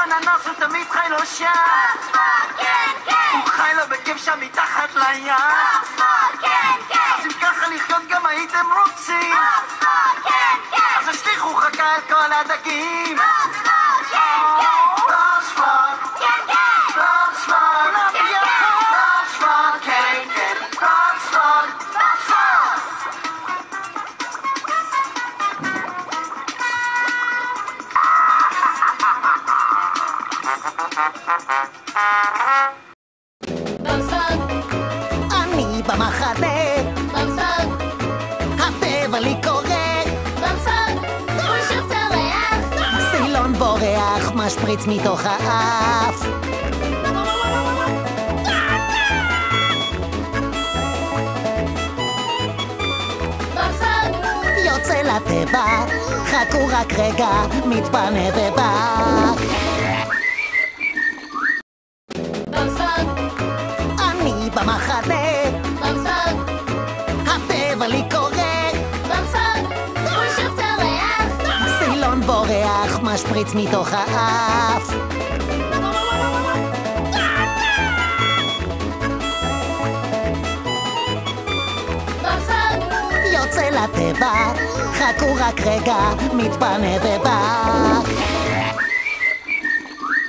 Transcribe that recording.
אננס הוא תמיד חי לו שם. הוא חי לו בכיף שם מתחת לים. אז אם ככה לחיות גם הייתם רוצים, אז השליחו חכה על כל הדגים. אני במחנה, הטבע לי קורא, הוא שוב צורח, סילון בורח, משפריץ מתוך האף. יוצא לטבע, חכו רק רגע, מתפנה ובא. אני במחנה, הטבע לי קורא, הוא שוב צורח, סילון בורח, משפריץ מתוך האף. יוצא לטבע, חכו רק רגע, מתפנה ובא.